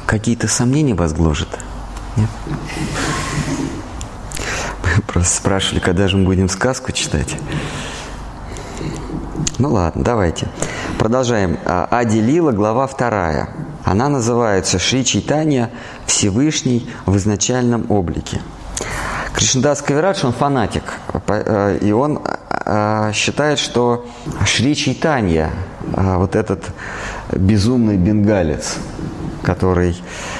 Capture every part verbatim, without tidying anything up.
Какие-то сомнения вас гложат? Нет? Мы просто спрашивали, когда же мы будем сказку читать. Ну ладно, давайте. Продолжаем. Ади Лила, глава вторая. Она называется «Шри Чайтанья Всевышний в изначальном облике». Кришнадас Кавирадж, он фанатик, и он считает, что Шри Чайтанья, вот этот безумный бенгалец, который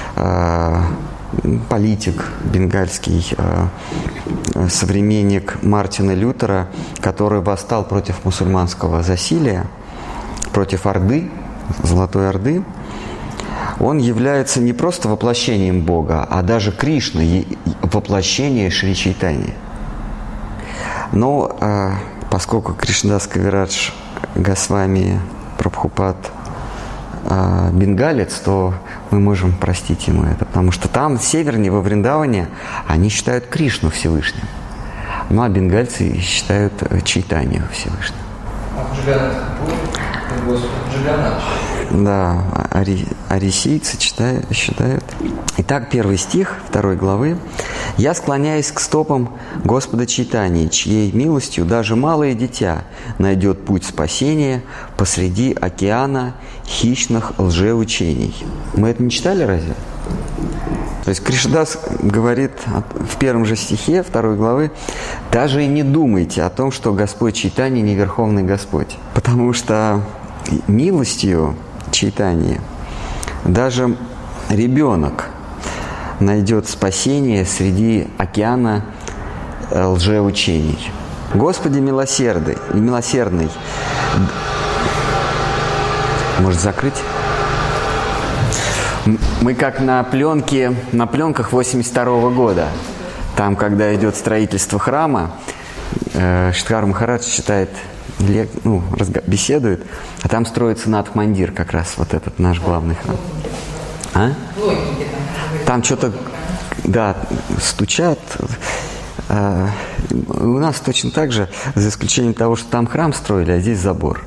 политик бенгальский, современник Мартина Лютера, который восстал против мусульманского засилия, против Орды, Золотой Орды, он является не просто воплощением Бога, а даже Кришны, воплощение Шри Чайтаньи. Но э, поскольку Кришнадас Кавирадж Госвами Прабхупад э, бенгалец, то мы можем простить ему это, потому что там, севернее, во Вриндаване, они считают Кришну Всевышним. Ну а бенгальцы считают Чайтанью Всевышним. А Джаганнат? Да, ари, арисийцы читают, считают. Итак, первый стих второй главы. «Я склоняюсь к стопам Господа Чайтаньи, чьей милостью даже малое дитя найдет путь спасения посреди океана хищных лжеучений». Мы это не читали разве? То есть Кришнадас говорит в первом же стихе второй главы: «Даже и не думайте о том, что Господь Чайтанья не Верховный Господь, потому что милостью Чайтаньи даже ребенок найдет спасение среди океана лжеучений. Господи милосердный, милосердный». Может закрыть? Мы как на пленке, на пленках восемьдесят второго года. Там, когда идет строительство храма, э, Шидхар Махарадж читает, ну, разго- беседует, а там строится Надх-мандир, как раз вот этот наш главный храм. А? Там что-то, да, стучат. Э, у нас точно так же, за исключением того, что там храм строили, а здесь забор.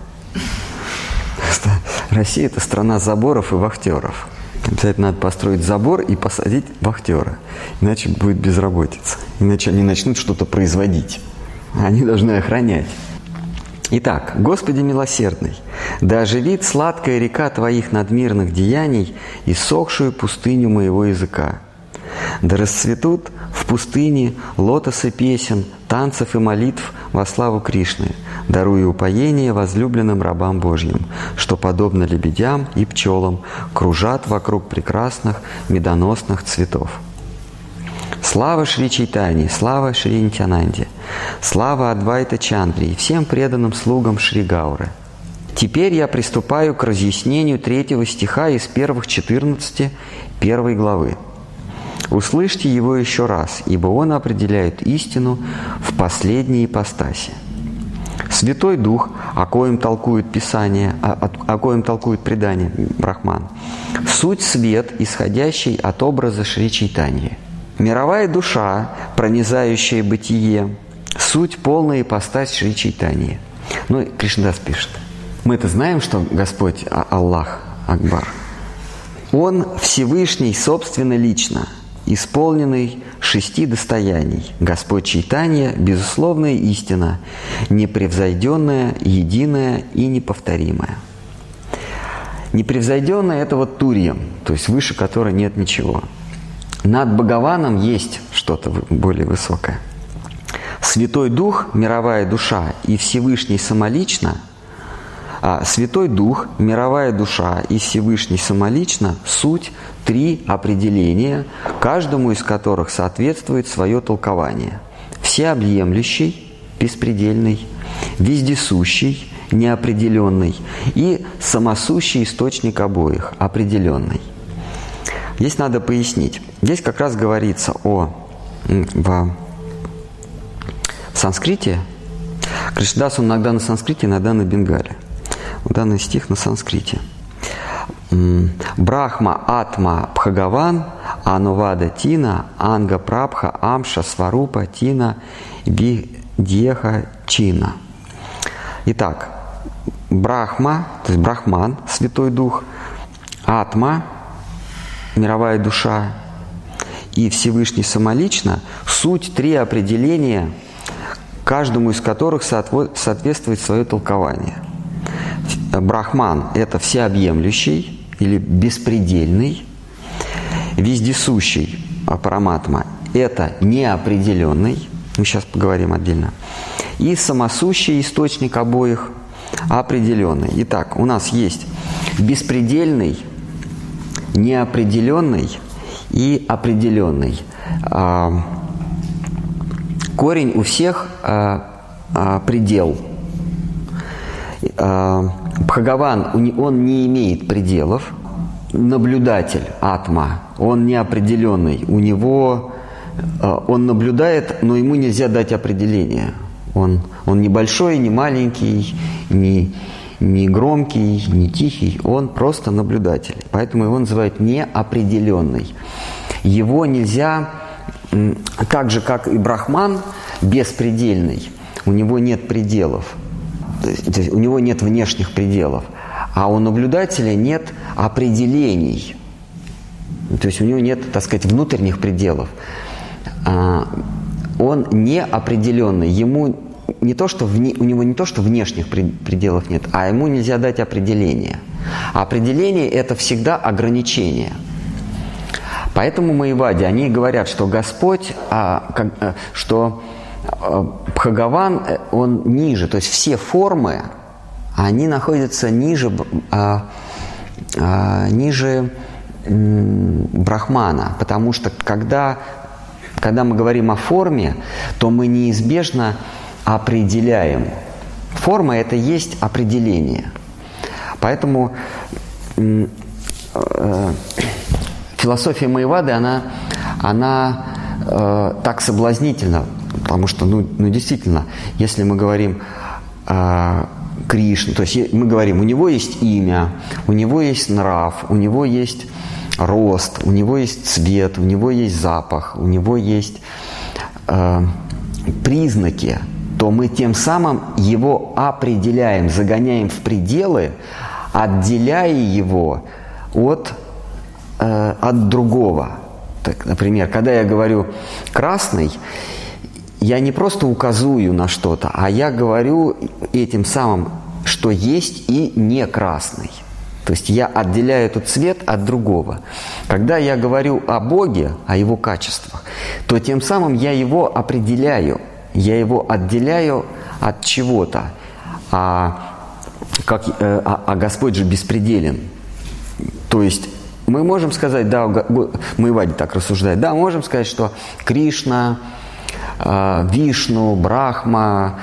Россия – это страна заборов и вахтеров. Обязательно надо построить забор и посадить вахтера. Иначе будет безработица. Иначе они начнут что-то производить. Они должны охранять. Итак, Господи милосердный, да оживит сладкая река Твоих надмирных деяний иссохшую пустыню моего языка. Да расцветут в пустыне лотосы песен, танцев и молитв во славу Кришны, даруя упоение возлюбленным рабам Божьим, что, подобно лебедям и пчелам, кружат вокруг прекрасных медоносных цветов. Слава Шри Чайтаньи, слава Шри Нитьянанде, слава Адвайта Чандре и всем преданным слугам Шри Гауры. Теперь я приступаю к разъяснению третьего стиха из первых четырнадцати первой главы. Услышьте его еще раз, ибо он определяет истину в последней ипостаси. Святой Дух, о коем толкует Писание, о, о коем толкует предание Брахман, суть свет, исходящий от образа Шри Чайтаньи. Мировая душа, пронизающая бытие, суть полная ипостась Шри Чайтаньи. Ну, Кришнадас пишет. Мы-то знаем, что Господь Аллах Акбар. Он Всевышний собственно лично, исполненный шести достояний. Господь Чайтанья – безусловная истина, непревзойденная, единая и неповторимая. Непревзойденная – это вот Турьям, то есть выше которой нет ничего. Над Бхагаваном есть что-то более высокое. Святой Дух, мировая душа и Всевышний самолично, а Святой Дух, мировая душа и Всевышний самолично – суть три определения, каждому из которых соответствует свое толкование. Всеобъемлющий, беспредельный, вездесущий, неопределенный и самосущий источник обоих, определенный. Здесь надо пояснить. Здесь как раз говорится о в, в санскрите. Кришнадас он иногда на санскрите, иногда на бенгале. Данный стих на санскрите. Брахма, Атма, Бхагаван, Анувада, Тина, Анга, Прабха, Амша, Сварупа, Тина, Видеха, Чина. Итак, Брахма, то есть Брахман, Святой Дух, Атма, мировая душа и Всевышний самолично – суть три определения, каждому из которых соответствует свое толкование. Брахман – это всеобъемлющий или беспредельный, вездесущий Параматма – это неопределенный, мы сейчас поговорим отдельно, и самосущий источник обоих определенный. Итак, у нас есть беспредельный, неопределенный и определенный. Корень у всех предел. Бхагаван, он не имеет пределов. Наблюдатель, атма, он неопределенный. У него, он наблюдает, но ему нельзя дать определение. Он, он не большой, не маленький, не, не громкий, не тихий. Он просто наблюдатель. Поэтому его называют неопределенный. Его нельзя, так же, как и Брахман, беспредельный. У него нет пределов. То есть у него нет внешних пределов. А у наблюдателя нет определений. То есть у него нет, так сказать, внутренних пределов. Он неопределенный. Ему не то, что вне, у него не то, что внешних пределов нет, а ему нельзя дать определение. А определение – это всегда ограничение. Поэтому майявади, они говорят, что Господь, а, как, что Бхагаван, он ниже, то есть все формы, они находятся ниже, а, а, ниже м, Брахмана, потому что когда, когда мы говорим о форме, то мы неизбежно определяем. Форма – это есть определение. Поэтому м, э, философия майявады, она, она э, так соблазнительна, потому что, ну, ну действительно, если мы говорим э, Кришна, то есть мы говорим, у него есть имя, у него есть нрав, у него есть рост, у него есть цвет, у него есть запах, у него есть э, признаки, то мы тем самым его определяем, загоняем в пределы, отделяя его от, э, от другого. Так, например, когда я говорю «красный», я не просто указываю на что-то, а я говорю этим самым, что есть и не красный. То есть я отделяю этот цвет от другого. Когда я говорю о Боге, о Его качествах, то тем самым я Его определяю, я Его отделяю от чего-то. А, как, а, а Господь же беспределен. То есть мы можем сказать, да, майявади так рассуждает, да, можем сказать, что Кришна, Вишну, Брахма,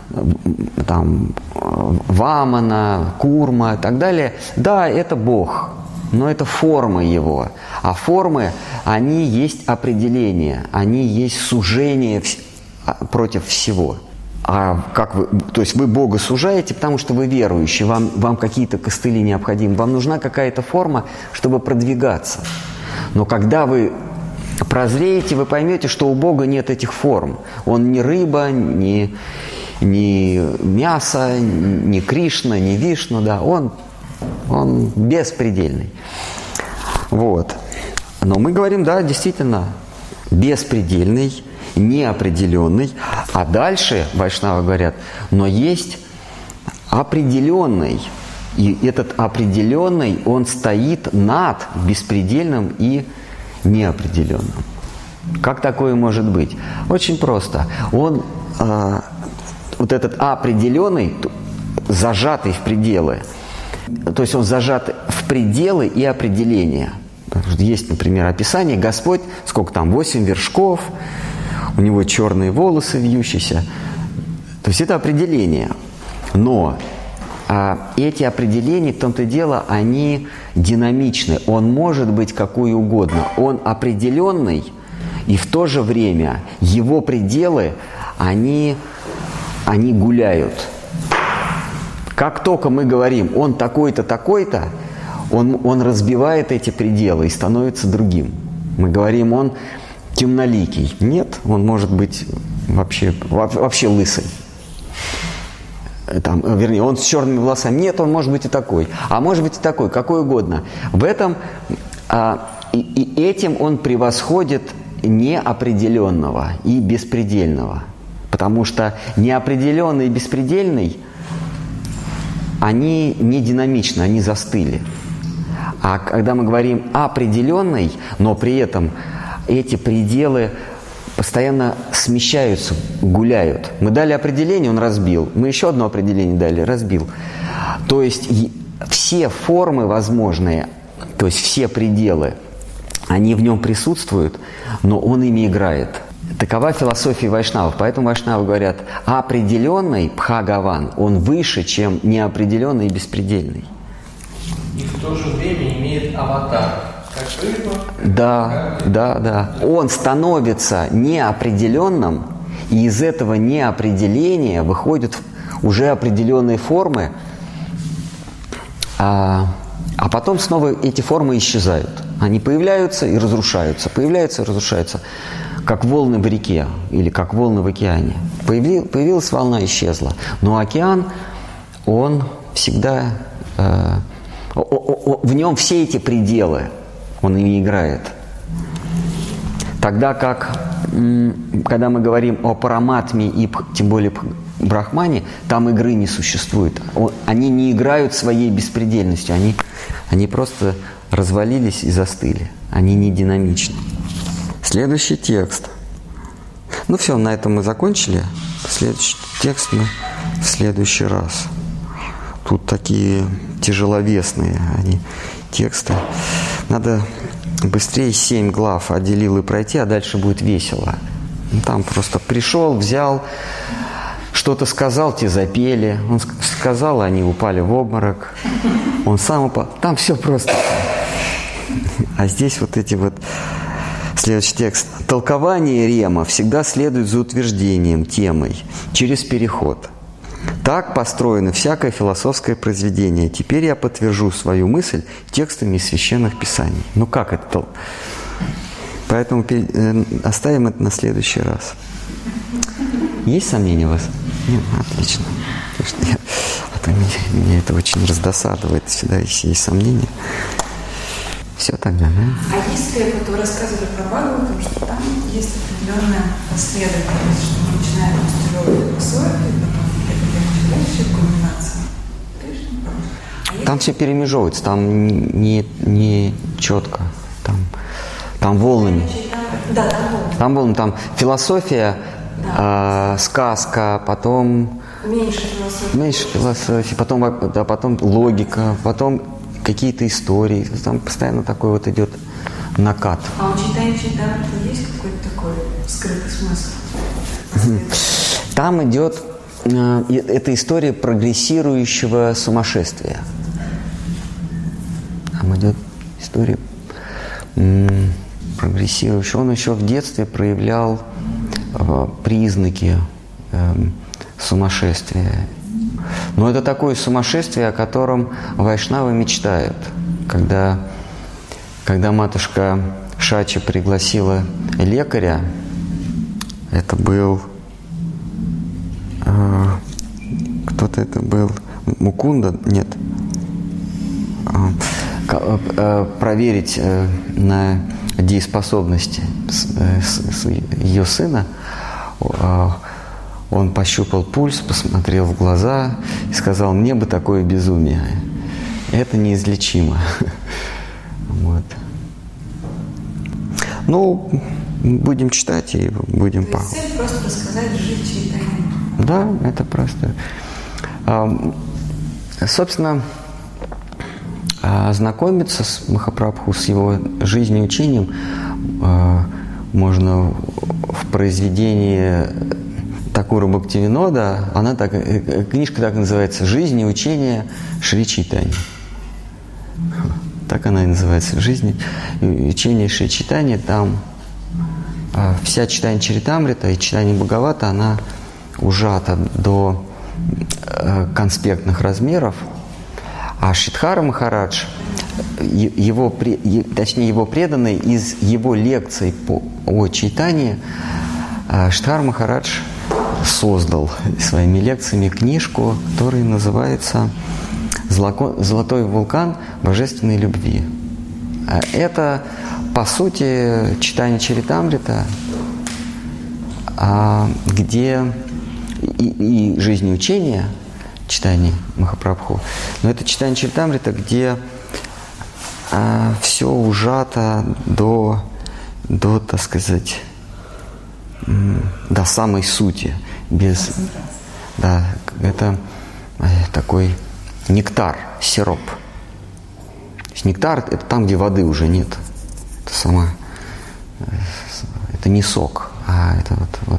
там, Вамана, Курма и так далее. Да, это Бог, но это форма Его. А формы, они есть определение, они есть сужение против всего. А как вы, то есть вы Бога сужаете, потому что вы верующие, вам, вам какие-то костыли необходимы, вам нужна какая-то форма, чтобы продвигаться. Но когда вы прозреете, вы поймете, что у Бога нет этих форм. Он не рыба, не, не мясо, не Кришна, не Вишну, да, он, он беспредельный. Вот. Но мы говорим, да, действительно, беспредельный, неопределенный. А дальше вайшнавы говорят, но есть определенный. И этот определенный, он стоит над беспредельным и неопределенным. Как такое может быть? Очень просто. Он, э, вот этот определенный, зажатый в пределы, то есть он зажат в пределы и определения. Есть, например, описание, Господь, сколько там, восемь вершков, у него черные волосы вьющиеся. То есть это определение. Но а эти определения, в том-то и дело, они динамичны. Он может быть какой угодно. Он определенный, и в то же время его пределы, они, они гуляют. Как только мы говорим, он такой-то, такой-то, он, он разбивает эти пределы и становится другим. Мы говорим, он темноликий. Нет, он может быть вообще, вообще лысый. Там, вернее, он с черными волосами. Нет, он может быть и такой. А может быть и такой, какой угодно. В этом а, и, и этим он превосходит неопределенного и беспредельного. Потому что неопределенный и беспредельный, они не динамичны, они застыли. А когда мы говорим определенный, но при этом эти пределы постоянно смещаются, гуляют. Мы дали определение, он разбил. Мы еще одно определение дали, разбил. То есть все формы возможные, то есть все пределы, они в нем присутствуют, но он ими играет. Такова философия вайшнавов. Поэтому вайшнавы говорят, определенный Бхагаван, он выше, чем неопределенный и беспредельный. И в то же время имеет аватар. Как рыба. Да, да, да. Он становится неопределенным, и из этого неопределения выходят уже определенные формы, а, а потом снова эти формы исчезают. Они появляются и разрушаются, появляются и разрушаются, как волны в реке или как волны в океане. Появил, появилась волна, исчезла. Но океан, он всегда... Э, о, о, о, в нем все эти пределы, он ими играет. Тогда как, когда мы говорим о параматме и тем более брахмане, там игры не существует. Они не играют своей беспредельностью, они, они просто развалились и застыли. Они не динамичны. Следующий текст. Ну все, на этом мы закончили. Следующий текст мы в следующий раз. Тут такие тяжеловесные они тексты. Надо быстрее семь глав отделил и пройти, а дальше будет весело. Там просто пришел, взял, что-то сказал, те запели. Он сказал, они упали в обморок. Он сам упал. Там все просто. А здесь вот эти вот... Следующий текст. Толкование рема всегда следует за утверждением, темой, через переход. Так построено всякое философское произведение. Теперь я подтвержу свою мысль текстами из священных писаний. Ну как это? Поэтому оставим это на следующий раз. Есть сомнения у вас? Нет, отлично. Потому что я, а то меня, меня это очень раздосадует. Всегда есть, есть сомнения. Все тогда, да? А если вот вы рассказывали про Бхагаватам, что там есть определенная последовательность, что мы начинаем с тяжелой философии, потом дальше кульминация. Там все перемежевывается, там не, не четко, там, там волнами. Да, там волнами. Там волнами, там философия, да. э, сказка, потом... Меньше философии. Меньше философии, потом, да, потом логика, потом какие-то истории. Там постоянно такой вот идет накат. А у читания Чайтамриты есть какой-то такой скрытый смысл? Там идет э, эта история прогрессирующего сумасшествия. Там идет история м, прогрессирующего. Он еще в детстве проявлял э, признаки э, сумасшествия. Но это такое сумасшествие, о котором вайшнавы мечтают. Когда, когда матушка Шача пригласила лекаря, это был... Э, кто-то это был... Мукунда? Нет. Э, э, проверить э, на дееспособности с, э, с, с ее сына. Э, Он пощупал пульс, посмотрел в глаза и сказал, мне бы такое безумие. Это неизлечимо. Вот. Ну, будем читать и будем... То есть цель просто рассказать, жить читанием. Да, это просто... Собственно, ознакомиться с Махапрабху, с его жизнью и учением можно в произведении Такура Бхактивинода, она так, книжка так называется «Жизнь и учение Шри Чайтаньи». Так она и называется «Жизнь и учение Шри Чайтаньи». Там а, вся читание Чаритамрита и читание Бхагавата, она ужата до а, конспектных размеров. А Шридхара Махарадж, его, точнее его преданный, из его лекций по, о читании, а, Шридхара Махарадж создал своими лекциями книжку, которая называется «Золотой вулкан божественной любви». Это, по сути, читание Чаритамрита, где и, и жизнеучение, читание Махапрабху, но это читание Чаритамрита, где а, все ужато до, до, так сказать, до самой сути. Без, да, это такой нектар, сироп. То есть нектар – это там, где воды уже нет. Это сама, это не сок, а это вот, вот.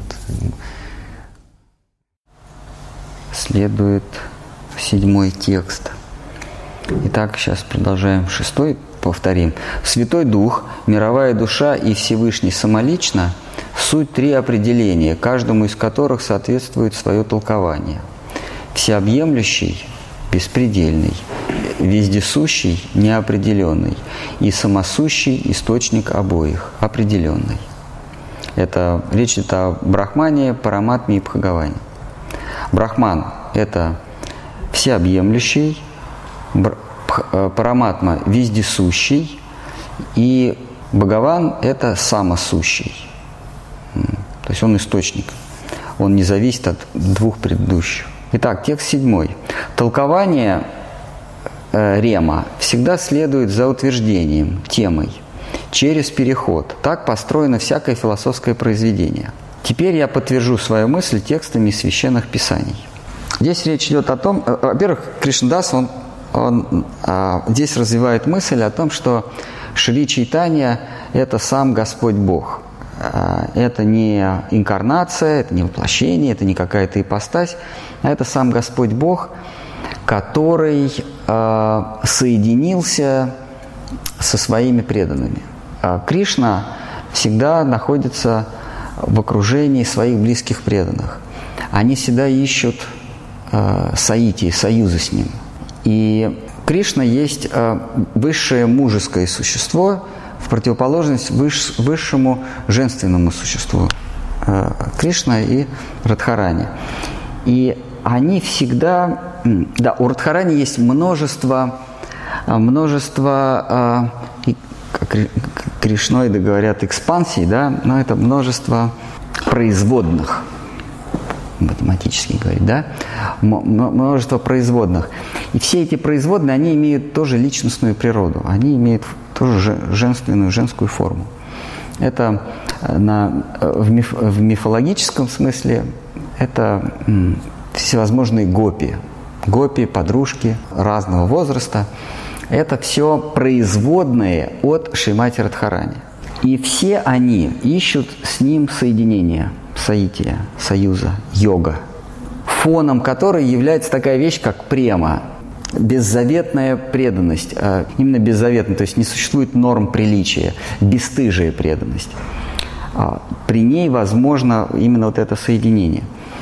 Следует седьмой текст. Итак, сейчас продолжаем шестой, повторим. Святой Дух, мировая душа и Всевышний самолично – суть три определения, каждому из которых соответствует свое толкование. Всеобъемлющий – беспредельный, вездесущий – неопределенный, и самосущий – источник обоих – определенный. Это речь идет о Брахмане, Параматме и Бхагаване. Брахман – это всеобъемлющий, Параматма – вездесущий, и Бхагаван – это самосущий. То есть он источник, он не зависит от двух предыдущих. Итак, текст седьмой. Толкование э, рема всегда следует за утверждением, темой, через переход. Так построено всякое философское произведение. Теперь я подтвержу свою мысль текстами из священных писаний. Здесь речь идет о том, э, во-первых, Кришнадас, он, он э, здесь развивает мысль о том, что Шри Чайтанья – это сам Господь Бог. Это не инкарнация, это не воплощение, это не какая-то ипостась, а это сам Господь Бог, который э, соединился со своими преданными. А Кришна всегда находится в окружении своих близких преданных. Они всегда ищут э, саити, союза с Ним. И Кришна есть э, высшее мужеское существо, в противоположность выш, высшему женственному существу э, Кришна и Радхарани. И они всегда... Да, у Радхарани есть множество, множество э, как кришноиды говорят, экспансий, да, но это множество производных, математически говорить, да, множество производных. И все эти производные, они имеют тоже личностную природу, они имеют тоже женственную, женскую форму. Это на, в, миф, в мифологическом смысле это м, всевозможные гопи. Гопи, подружки разного возраста. Это все производные от Шримати Радхарани. И все они ищут с ним соединения, саития, союза, йога, фоном которой является такая вещь, как према, беззаветная преданность, а именно беззаветная, то есть не существует норм приличия, бесстыжая преданность. При ней возможно именно вот это соединение.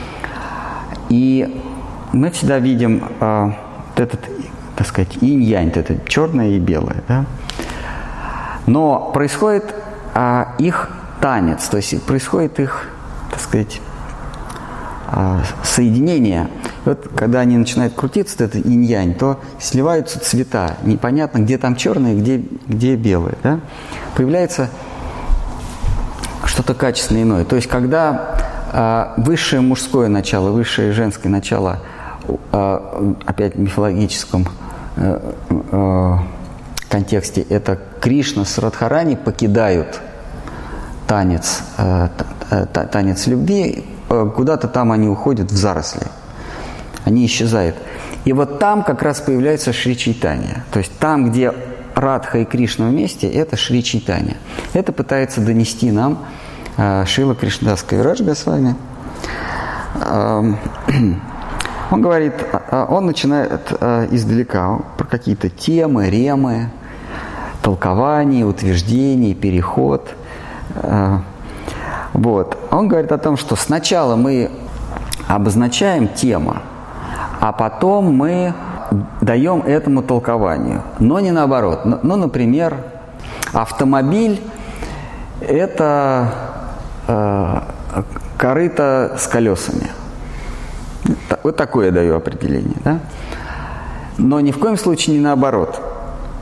И мы всегда видим а, вот этот, так сказать, инь-янь, это черное и белое, да? Но происходит а, их танец, то есть происходит их, так сказать, а, соединение. И вот когда они начинают крутиться, это инь-янь, то сливаются цвета. Непонятно, где там черное, где, где белое. Да? Появляется что-то качественно иное. То есть когда а, высшее мужское начало, высшее женское начало, а, опять в мифологическом а, а, контексте, это Кришна с Радхарани покидают танец, а, та, танец любви, куда-то там они уходят в заросли. Они исчезают. И вот там как раз появляется Шри Чайтанья. То есть там, где Радха и Кришна вместе, это Шри Чайтанья. Это пытается донести нам э, Шрила Кришнадас Кавирадж Госвами. Э, он говорит, э, он начинает э, издалека про какие-то темы, ремы, толкования, утверждения, переход. Э, вот. Он говорит о том, что сначала мы обозначаем тему, а потом мы даем этому толкованию. Но не наоборот. Ну, например, автомобиль – это э, корыто с колесами. Вот такое я даю определение. Да? Но ни в коем случае не наоборот.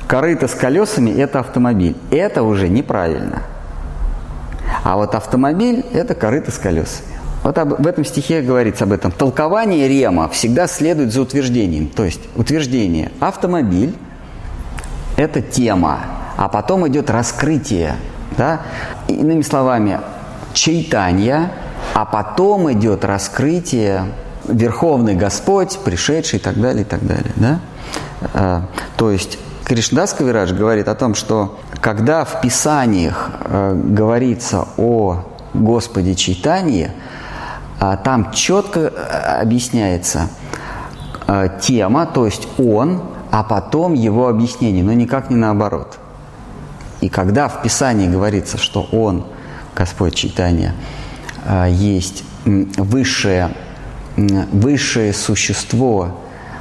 корыто с колесами – это автомобиль. Это уже неправильно. А вот автомобиль – это корыто с колесами. Вот об, в этом стихе говорится об этом. Толкование рема всегда следует за утверждением. То есть утверждение автомобиль – это тема, а потом идет раскрытие. Да? Иными словами, чайтанья, а потом идет раскрытие, Верховный Господь, пришедший и так далее, и так далее. Да? А, то есть Кришнадас Кавирадж говорит о том, что когда в Писаниях а, говорится о Господе Чайтанье, а, там четко объясняется а, тема, то есть он, а потом его объяснение, но никак не наоборот. И когда в Писании говорится, что он, Господь Чайтанья, а, есть высшее, высшее существо,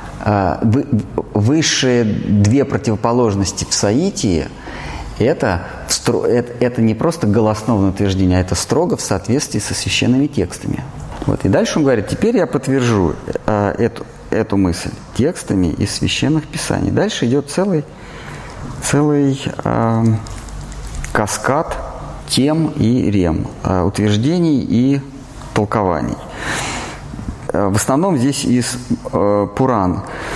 высшие две противоположности в соитии, это, это не просто голосновное утверждение, а это строго в соответствии со священными текстами. Вот. И дальше он говорит, теперь я подтвержу э, эту, эту мысль текстами из священных писаний. Дальше идет целый, целый э, каскад тем и рем, э, утверждений и толкований. В основном здесь из э, Пуран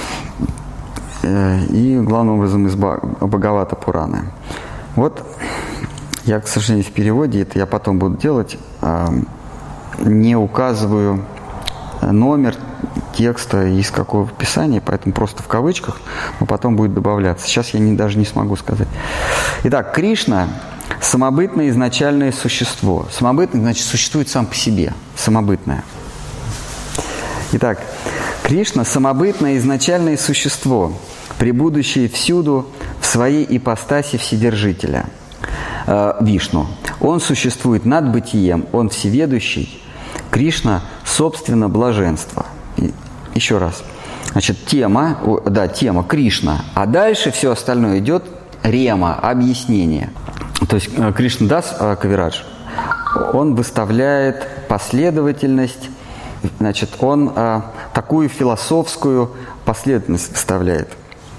э, и, главным образом, из Бхагавата Пураны. Вот я, к сожалению, в переводе, это я потом буду делать, э, не указываю номер текста из какого писания, поэтому просто в кавычках, но потом будет добавляться. Сейчас я не, даже не смогу сказать. Итак, Кришна – самобытное изначальное существо. Самобытное, значит, существует сам по себе, самобытное. Итак, Кришна – самобытное изначальное существо, пребудущее всюду в своей ипостаси Вседержителя, э, Вишну. Он существует над бытием, он всеведущий. Кришна – собственно блаженство. И, еще раз. Значит, тема, да, тема Кришна, а дальше все остальное идет рема, объяснение. То есть Кришнадас Кавирадж, он выставляет последовательность. Значит, он а, такую философскую последовательность выставляет.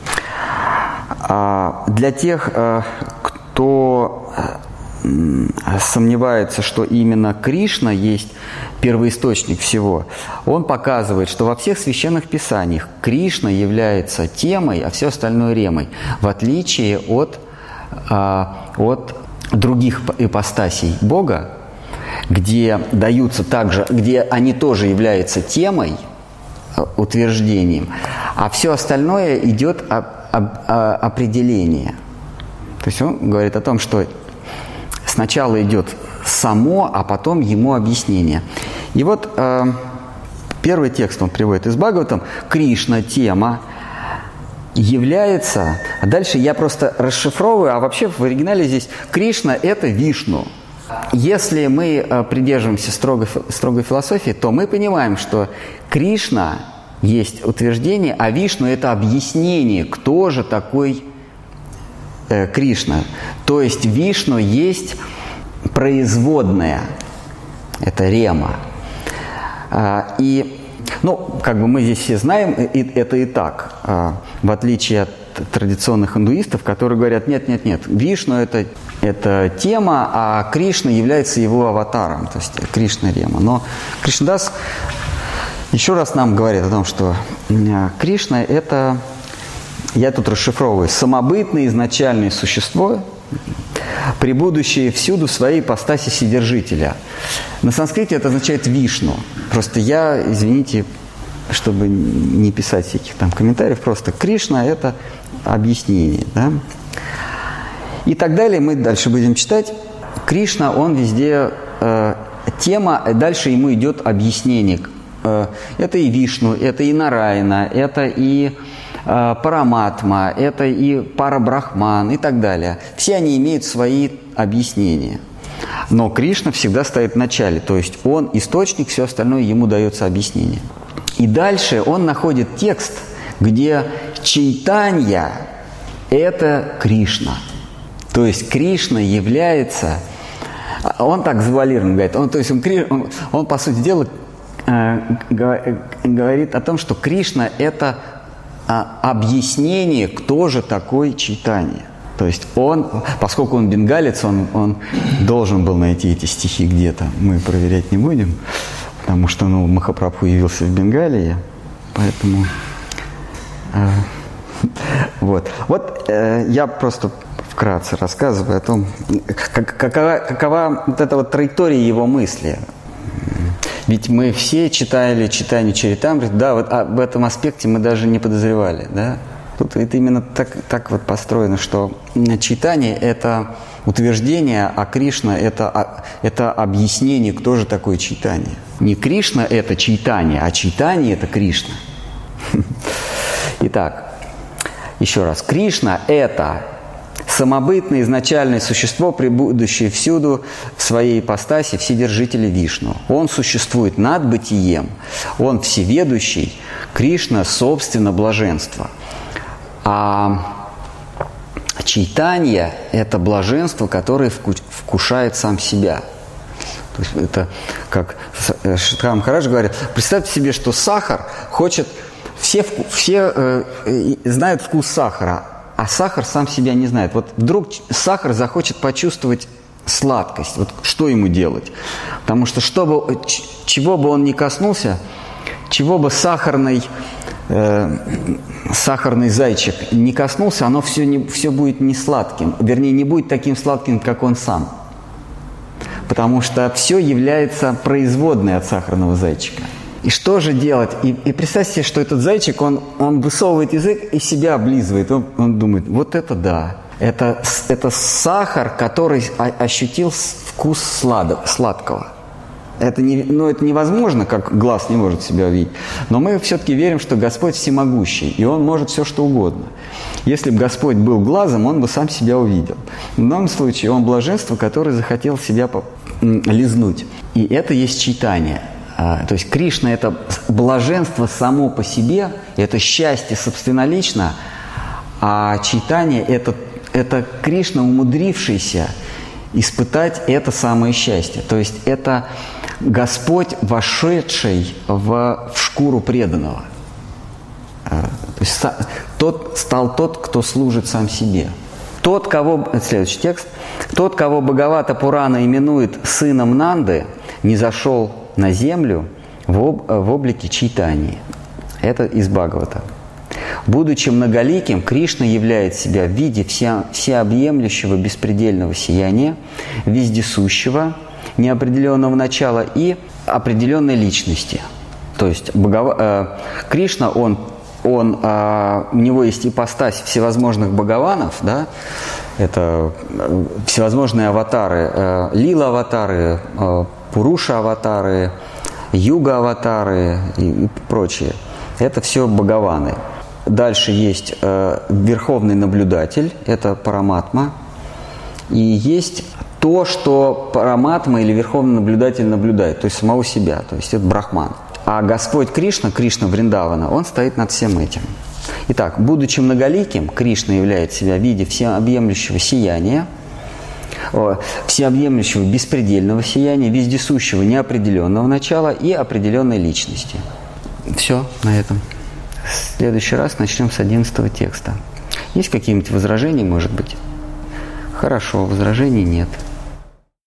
А, для тех, а, кто а, сомневается, что именно Кришна есть первоисточник всего, он показывает, что во всех священных писаниях Кришна является темой, а все остальное ремой, в отличие от, а, от других ипостасей Бога, где даются также, где они тоже являются темой, утверждением, а все остальное идет об, об, об, определение. То есть он говорит о том, что сначала идет само, а потом ему объяснение. И вот э, первый текст он приводит из Бхагаватам. Кришна, тема, является... А дальше я просто расшифровываю, а вообще в оригинале здесь Кришна – это Вишну. Если мы придерживаемся строгой, строгой философии, то мы понимаем, что Кришна есть утверждение, а Вишну – это объяснение, кто же такой э, Кришна. То есть Вишну есть производная, это рема. А, и, ну, как бы мы здесь все знаем, и, это и так, а, в отличие от традиционных индуистов, которые говорят, нет-нет-нет, Вишну это, это тема, а Кришна является его аватаром, то есть Кришна Рема. Но Кришнадас еще раз нам говорит о том, что Кришна это, я тут расшифровываю, самобытное изначальное существо, пребудущее всюду в своей ипостаси Вседержителя. На санскрите это означает Вишну. Просто я, извините, чтобы не писать всяких там комментариев, просто Кришна – это объяснение. Да? И так далее, мы дальше будем читать. Кришна, он везде э, тема, дальше ему идет объяснение. Э, это и Вишну, это и Нараяна, это и э, Параматма, это и Парабрахман и так далее. Все они имеют свои объяснения. Но Кришна всегда стоит в начале, то есть он источник, все остальное ему дается объяснение. И дальше он находит текст, где Чайтанья – это Кришна. То есть Кришна является, он так завуалированно говорит, он, то есть он, он, он по сути дела э, говорит о том, что Кришна – это а, объяснение, кто же такой Чайтанья. То есть он, поскольку он бенгалец, он, он должен был найти эти стихи где-то. Мы проверять не будем, потому что ну, Махапрабху явился в Бенгалии, поэтому... Э, вот, вот э, я просто вкратце рассказываю о том, как, какова, какова вот эта вот траектория его мысли. Ведь мы все читали читание Чаритамрит, да, вот об этом аспекте мы даже не подозревали, да. Тут это именно так, так вот построено, что читание – это утверждение, а Кришна – это, это объяснение, кто же такой Чайтанья. Не Кришна – это Чайтанья, а Чайтанья – это Кришна. Итак, еще раз. Кришна – это самобытное изначальное существо, пребудущее всюду в своей ипостаси, вседержитель Вишну. Он существует над бытием, он всеведущий. Кришна – собственно блаженство. А Чайтанья – это блаженство, которое вкушает сам себя. То есть это, как Шридхар Махарадж говорит, представьте себе, что сахар хочет… Все, все э, знают вкус сахара, а сахар сам себя не знает. Вот вдруг сахар захочет почувствовать сладкость. Вот что ему делать? Потому что, чтобы, чего бы он ни коснулся, чего бы сахарный… Э, сахарный зайчик не коснулся, оно все, не, все будет не сладким. Вернее, не будет таким сладким, как он сам. Потому что все является производной от сахарного зайчика. И что же делать? И, и представьте себе, что этот зайчик, он, он высовывает язык и себя облизывает. Он, он думает, вот это да. Это, это сахар, который ощутил вкус сладок, сладкого. Это, не, ну, это невозможно, как глаз не может себя увидеть. Но мы все-таки верим, что Господь всемогущий, и Он может все, что угодно. Если бы Господь был глазом, Он бы сам себя увидел. В данном случае Он блаженство, которое захотел себя лизнуть. И это есть чайтанья. То есть Кришна – это блаженство само по себе, это счастье собственнолично, а чайтанья – это, это Кришна, умудрившийся испытать это самое счастье. То есть это Господь, вошедший в, в шкуру преданного. То есть тот стал тот, кто служит сам себе. Тот, кого, следующий текст, тот, кого Бхагавата Пурана именует сыном Нанды, не зашел на землю в, об, в облике Чайтаньи. Это из Бхагавата. Будучи многоликим, Кришна являет себя в виде вся, всеобъемлющего беспредельного сияния, вездесущего, неопределенного начала и определенной личности. То есть Бхагава, э, Кришна, он, он, э, у него есть ипостась всевозможных бхагаванов, да? Это всевозможные аватары, э, лила-аватары, э, пуруша-аватары, юга-аватары и, и прочее. Это все бхагаваны. Дальше есть э, верховный наблюдатель, это Параматма. И есть то, что Параматма или верховный наблюдатель наблюдает, то есть самого себя, то есть это Брахман. А Господь Кришна, Кришна Вриндавана, он стоит над всем этим. Итак, будучи многоликим, Кришна являет себя в виде всеобъемлющего сияния, о, всеобъемлющего беспредельного сияния, вездесущего неопределенного начала и определенной личности. Все на этом. В следующий раз начнем с одиннадцатого текста. Есть какие-нибудь возражения, может быть? Хорошо, возражений нет.